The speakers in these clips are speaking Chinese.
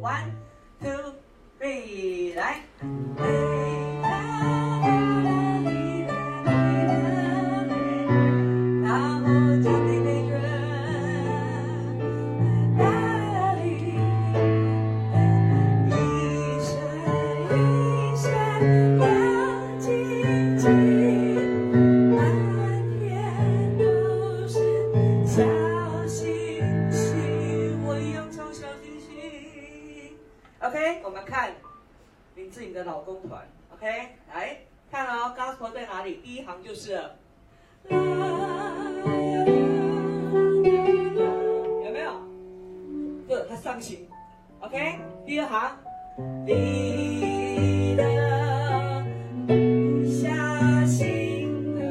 ，one two three， 来。OK， 我们看林志颖的老公团 ，OK， 来看哦 ，Gospel 在哪里？第一行就是了，有没有？这他上行 ，OK， 第二行，你的下行的。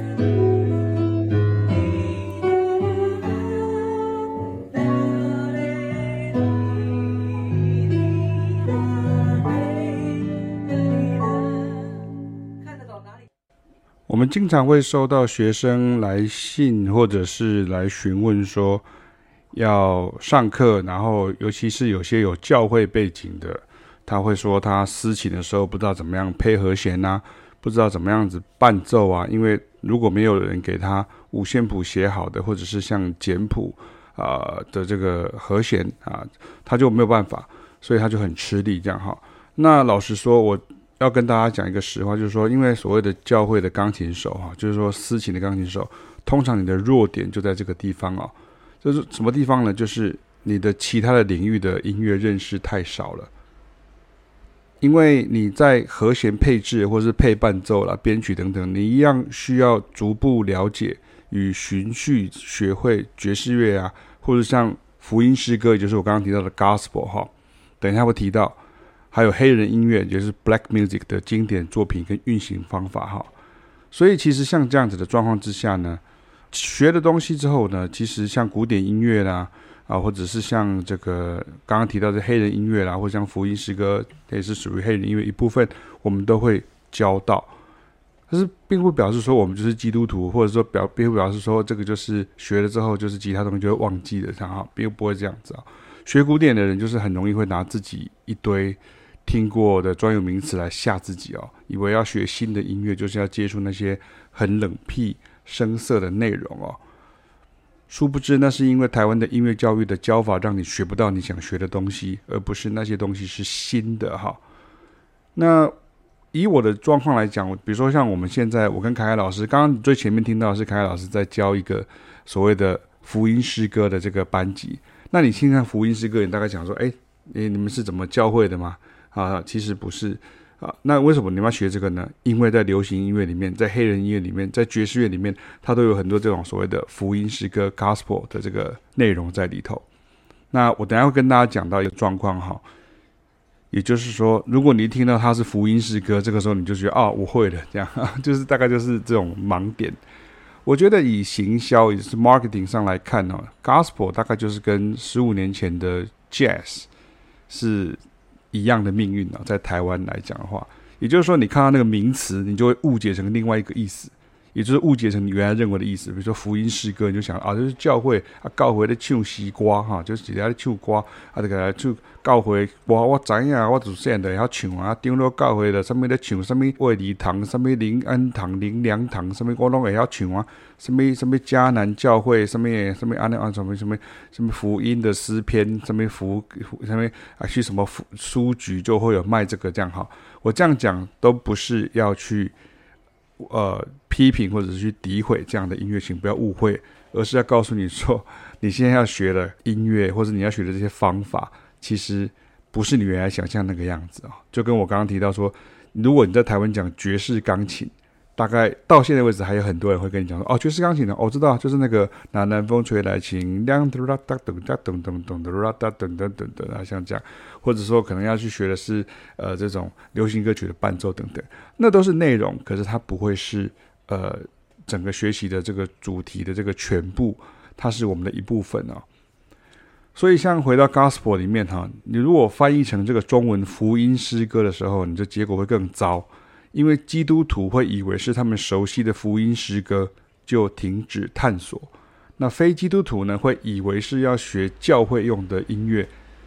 我们经常会收到学生来信，或者是来询问说要上课，然后尤其是有些有教会背景的，他会说他司琴的时候不知道怎么样配和弦啊，不知道怎么样子伴奏啊，因为如果没有人给他五线谱写好的，或者是像简谱的这个和弦啊，他就没有办法，所以他就很吃力这样哈。那老实说，我要跟大家讲一个实话，就是说，因为所谓的教会的钢琴手哈，就是说司琴的钢琴手，通常你的弱点就在这个地方哦。就是什么地方呢？就是你的其他的领域的音乐认识太少了。因为你在和弦配置或是配伴奏啦、编曲等等，你一样需要逐步了解与循序学会爵士乐啊，或者像福音诗歌，也就是我刚刚提到的 Gospel 哈，等一下会提到。还有黑人音乐，也就是 Black Music 的经典作品跟运行方法哈，所以其实像这样子的状况之下呢，学的东西之后呢，其实像古典音乐啦，或者是像这个刚刚提到的黑人音乐啦，或者像福音诗歌，也是属于黑人音乐一部分，我们都会教到。但是并不表示说我们就是基督徒，或者说并不表示说这个就是学了之后就是其他东西就会忘记了，并不会这样子啊。学古典的人就是很容易会拿自己一堆听过的专有名词来吓自己哦，以为要学新的音乐就是要接触那些很冷僻生涩的内容哦。殊不知那是因为台湾的音乐教育的教法让你学不到你想学的东西，而不是那些东西是新的哈。那以我的状况来讲，比如说像我们现在，我跟凯凯老师，刚刚最前面听到的是凯凯老师在教一个所谓的福音诗歌的这个班级。那你听看福音诗歌，你大概讲说，你们是怎么教会的吗？其实不是啊。那为什么你们要学这个呢？因为在流行音乐里面，在黑人音乐里面，在爵士乐里面，它都有很多这种所谓的福音诗歌 Gospel 的这个内容在里头。那我等一下会跟大家讲到一个状况哈，也就是说，如果你一听到它是福音诗歌，这个时候你就觉得我会了，这样就是大概就是这种盲点。我觉得以行销也是 marketing 上来看Gospel 大概就是跟15年前的 Jazz 是一样的命运在台湾来讲的话，也就是说你看到那个名词，你就会误解成另外一个意思，也就是误解成你原来认为的意思。比如说福音诗歌，你就想就是教会教会在唱西瓜就是一直在唱歌就给他唱教会我知影我自细汉就会晓唱长老教会的什么在唱什么卫理堂什么灵恩堂灵粮堂什么我拢会晓唱什么迦南教会什么什么福音的诗篇什么什么去什么书局就会有卖这个这样哈。我这样讲都不是要去批评或者是去诋毁这样的音乐，请不要误会，而是要告诉你说，你现在要学的音乐或者你要学的这些方法，其实不是你原来想象那个样子就跟我刚刚提到说，如果你在台湾讲爵士钢琴，大概到现在为止还有很多人会跟你讲说爵士钢琴呢，知道就是那个拿南风吹来晴亮哒哒哒噔哒噔噔噔哒哒噔噔噔噔像这样，或者说可能要去学的是这种流行歌曲的伴奏等等，那都是内容，可是它不会是整个学习的这个主题的这个全部，它是我们的一部分所以像回到 Gospel 里面你如果翻译成这个中文福音诗歌的时候，你的结果会更糟，因为基督徒会以为是他们熟悉的福音诗歌就停止探索，那非基督徒呢会以为是要学教会用的音乐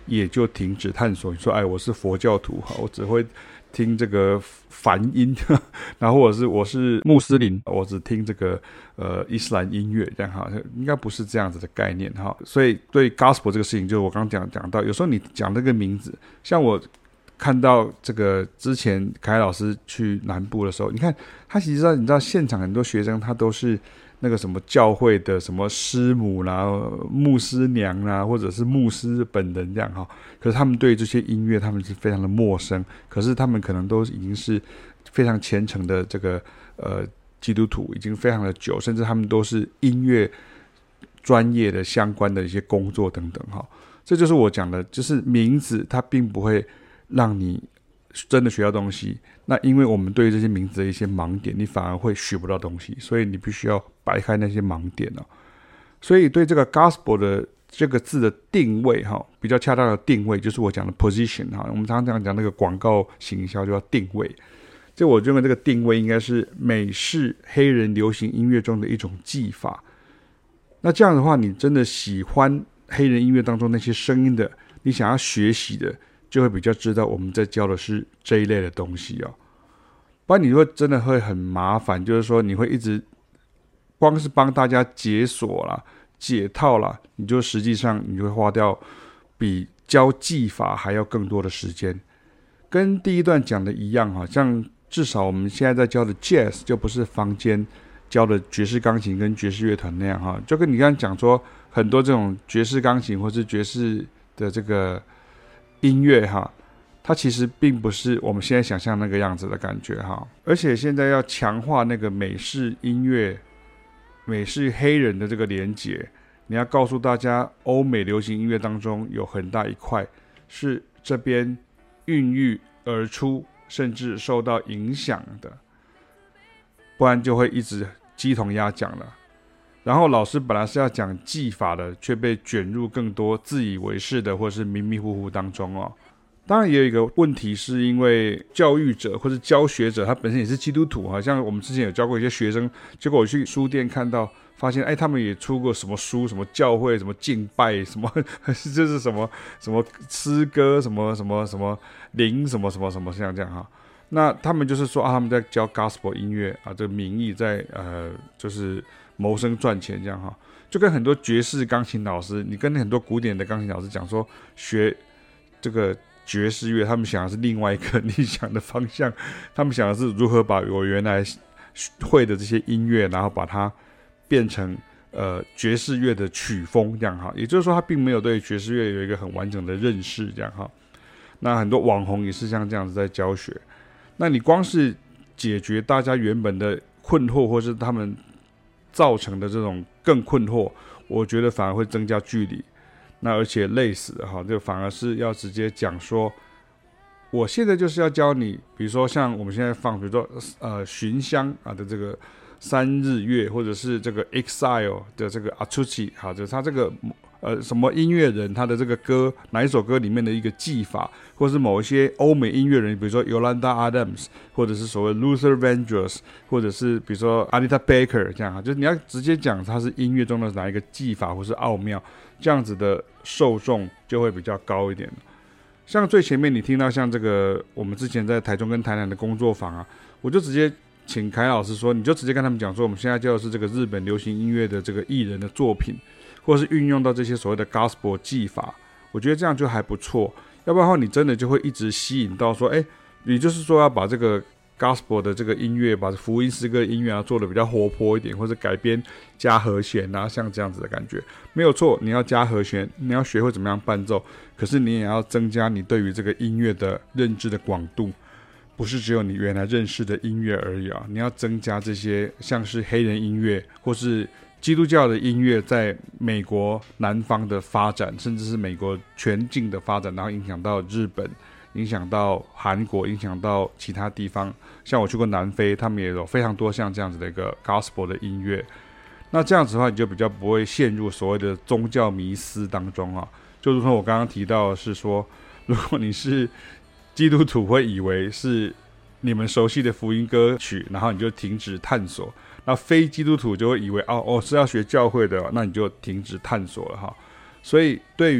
也就停止探索。你说我是佛教徒，我只会听这个梵音，然后我是穆斯林，我只听这个伊斯兰音乐，这样哈，应该不是这样子的概念哈。所以对 gospel 这个事情，就是我刚刚讲到，有时候你讲这个名字，像我看到这个之前凯老师去南部的时候，你看他其实你知道现场很多学生他都是那个什么教会的什么师母啦、牧师娘啦，或者是牧师本人这样哈。可是他们对这些音乐他们是非常的陌生，可是他们可能都已经是非常虔诚的这个基督徒，已经非常的久，甚至他们都是音乐专业的相关的一些工作等等哈。这就是我讲的，就是名字它并不会让你真的学到东西，那因为我们对于这些名字的一些盲点，你反而会学不到东西，所以你必须要摆开那些盲点哦。所以对这个 gospel 的这个字的定位比较恰当的定位，就是我讲的 position 我们常常讲那个广告行销就要定位，这我认为这个定位应该是美式黑人流行音乐中的一种技法。那这样的话，你真的喜欢黑人音乐当中那些声音的，你想要学习的，就会比较知道我们在教的是这一类的东西哦。不然你会真的会很麻烦，就是说你会一直光是帮大家解锁啦、解套啦，你就实际上你就会花掉比教技法还要更多的时间。跟第一段讲的一样，像至少我们现在在教的 Jazz 就不是坊间教的爵士钢琴跟爵士乐团那样就跟你刚刚讲说很多这种爵士钢琴或是爵士的这个音乐它其实并不是我们现在想象那个样子的感觉而且现在要强化那个美式音乐、美式黑人的这个连结，你要告诉大家欧美流行音乐当中有很大一块是这边孕育而出，甚至受到影响的，不然就会一直鸡同鸭讲了。然后老师本来是要讲技法的，却被卷入更多自以为是的或是迷迷糊糊当中当然也有一个问题，是因为教育者或是教学者他本身也是基督徒，好像我们之前有教过一些学生，结果我去书店看到发现他们也出过什么书，什么教会什么敬拜什么就是什么诗歌什么灵什么像这样那他们就是说他们在教 gospel 音乐这个名义在就是谋生赚钱这样就跟很多爵士钢琴老师，你跟很多古典的钢琴老师讲说学这个爵士乐，他们想的是另外一个理想的方向，他们想的是如何把我原来会的这些音乐，然后把它变成爵士乐的曲风这样也就是说他并没有对爵士乐有一个很完整的认识这样那很多网红也是像这样子在教学，那你光是解决大家原本的困惑，或是他们造成的这种更困惑，我觉得反而会增加距离，那而且累死的就反而是要直接讲说，我现在就是要教你，比如说像我们现在放，比如说寻香的这个三日月，或者是这个 Exile 的这个 Atsushi 就是他这个什么音乐人他的这个歌哪一首歌里面的一个技法，或是某一些欧美音乐人，比如说 Yolanda Adams， 或者是所谓 Luther Vandross， 或者是比如说 Anita Baker 这样就是你要直接讲它是音乐中的哪一个技法或是奥妙，这样子的受众就会比较高一点。像最前面你听到像这个我们之前在台中跟台南的工作坊我就直接请凯老师说，你就直接跟他们讲说，我们现在教的是这个日本流行音乐的这个艺人的作品，或是运用到这些所谓的 gospel 技法，我觉得这样就还不错。要不然的话，你真的就会一直吸引到说，你就是说要把这个 gospel 的这个音乐，把福音诗歌的音乐做得比较活泼一点，或者改编加和弦像这样子的感觉，没有错。你要加和弦，你要学会怎么样伴奏，可是你也要增加你对于这个音乐的认知的广度。不是只有你原来认识的音乐而已你要增加这些像是黑人音乐或是基督教的音乐在美国南方的发展，甚至是美国全境的发展，然后影响到日本，影响到韩国，影响到其他地方。像我去过南非，他们也有非常多像这样子的一个 gospel 的音乐。那这样子的话，你就比较不会陷入所谓的宗教迷思当中就如同我刚刚提到的是说，如果你是基督徒会以为是你们熟悉的福音歌曲，然后你就停止探索，那非基督徒就会以为是要学教会的，那你就停止探索了所以对于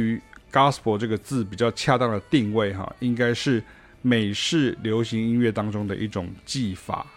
gospel 这个字比较恰当的定位哈，应该是美式流行音乐当中的一种技法